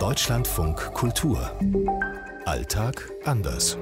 Deutschlandfunk Kultur. Alltag anders.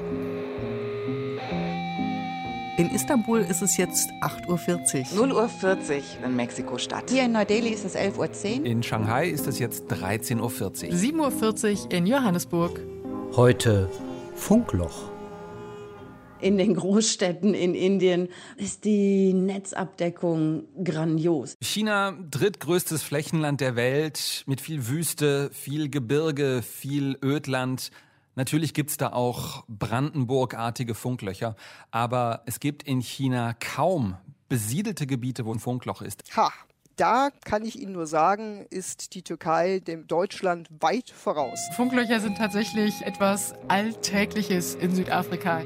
In Istanbul ist es jetzt 8:40 Uhr. 0:40 Uhr in Mexiko-Stadt. Hier in Neu-Delhi ist es 11:10 Uhr. In Shanghai ist es jetzt 13:40 Uhr. 7:40 Uhr in Johannesburg. Heute Funkloch. In den Großstädten in Indien ist die Netzabdeckung grandios. China, drittgrößtes Flächenland der Welt, mit viel Wüste, viel Gebirge, viel Ödland. Natürlich gibt's da auch Brandenburg-artige Funklöcher, aber es gibt in China kaum besiedelte Gebiete, wo ein Funkloch ist. Da kann ich Ihnen nur sagen, ist die Türkei dem Deutschland weit voraus. Funklöcher sind tatsächlich etwas Alltägliches in Südafrika.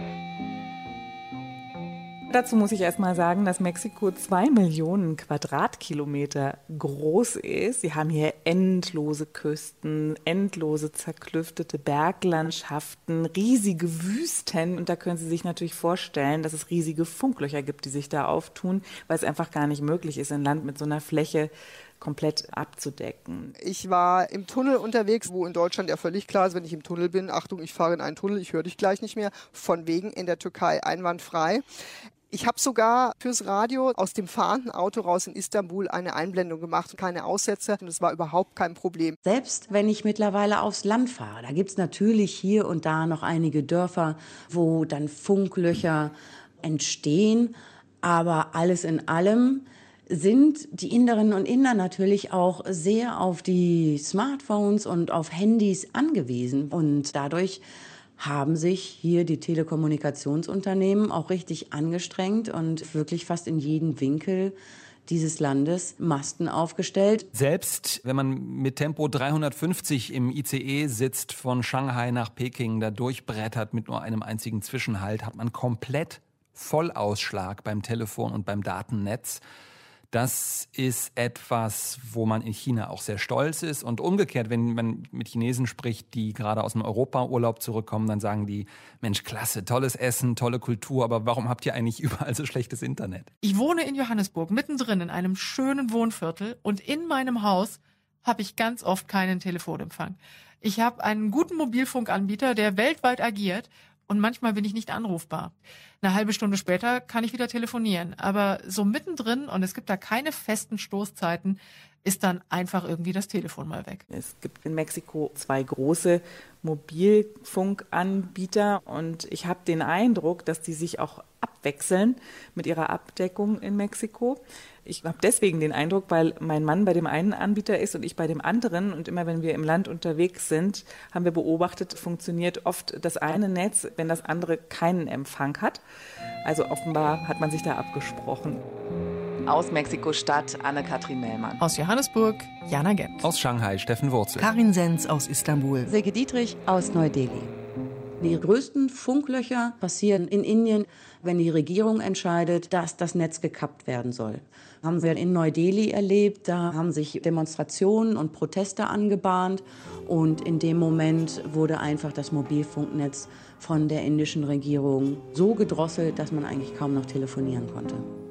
Dazu muss ich erst mal sagen, dass Mexiko 2 Millionen Quadratkilometer groß ist. Sie haben hier endlose Küsten, endlose zerklüftete Berglandschaften, riesige Wüsten. Und da können Sie sich natürlich vorstellen, dass es riesige Funklöcher gibt, die sich da auftun, weil es einfach gar nicht möglich ist, ein Land mit so einer Fläche komplett abzudecken. Ich war im Tunnel unterwegs, wo in Deutschland ja völlig klar ist, wenn ich im Tunnel bin, Achtung, ich fahre in einen Tunnel, ich höre dich gleich nicht mehr. Von wegen in der Türkei einwandfrei. Ich habe sogar fürs Radio aus dem fahrenden Auto raus in Istanbul eine Einblendung gemacht und keine Aussätze. Und es war überhaupt kein Problem. Selbst wenn ich mittlerweile aufs Land fahre, da gibt es natürlich hier und da noch einige Dörfer, wo dann Funklöcher entstehen. Aber alles in allem sind die Inderinnen und Inder natürlich auch sehr auf die Smartphones und auf Handys angewiesen. Und dadurch haben sich hier die Telekommunikationsunternehmen auch richtig angestrengt und wirklich fast in jedem Winkel dieses Landes Masten aufgestellt. Selbst wenn man mit Tempo 350 im ICE sitzt, von Shanghai nach Peking, da durchbrettert mit nur einem einzigen Zwischenhalt, hat man komplett Vollausschlag beim Telefon und beim Datennetz. Das ist etwas, wo man in China auch sehr stolz ist. Und umgekehrt, wenn man mit Chinesen spricht, die gerade aus dem Europaurlaub zurückkommen, dann sagen die, Mensch, klasse, tolles Essen, tolle Kultur, aber warum habt ihr eigentlich überall so schlechtes Internet? Ich wohne in Johannesburg, mittendrin in einem schönen Wohnviertel, und in meinem Haus habe ich ganz oft keinen Telefonempfang. Ich habe einen guten Mobilfunkanbieter, der weltweit agiert. Und manchmal bin ich nicht anrufbar. Eine halbe Stunde später kann ich wieder telefonieren. Aber so mittendrin, und es gibt da keine festen Stoßzeiten, ist dann einfach irgendwie das Telefon mal weg. Es gibt in Mexiko 2 große Mobilfunkanbieter und ich habe den Eindruck, dass die sich auch abwechseln mit ihrer Abdeckung in Mexiko. Ich habe deswegen den Eindruck, weil mein Mann bei dem einen Anbieter ist und ich bei dem anderen, und immer wenn wir im Land unterwegs sind, haben wir beobachtet, funktioniert oft das eine Netz, wenn das andere keinen Empfang hat. Also offenbar hat man sich da abgesprochen. Aus Mexiko-Stadt Anne-Kathrin Mellmann. Aus Johannesburg Jana Gent. Aus Shanghai Steffen Wurzel. Karin Sens aus Istanbul. Silke Dietrich aus Neu-Delhi. Die größten Funklöcher passieren in Indien, wenn die Regierung entscheidet, dass das Netz gekappt werden soll. Haben wir in Neu-Delhi erlebt, da haben sich Demonstrationen und Proteste angebahnt und in dem Moment wurde einfach das Mobilfunknetz von der indischen Regierung so gedrosselt, dass man eigentlich kaum noch telefonieren konnte.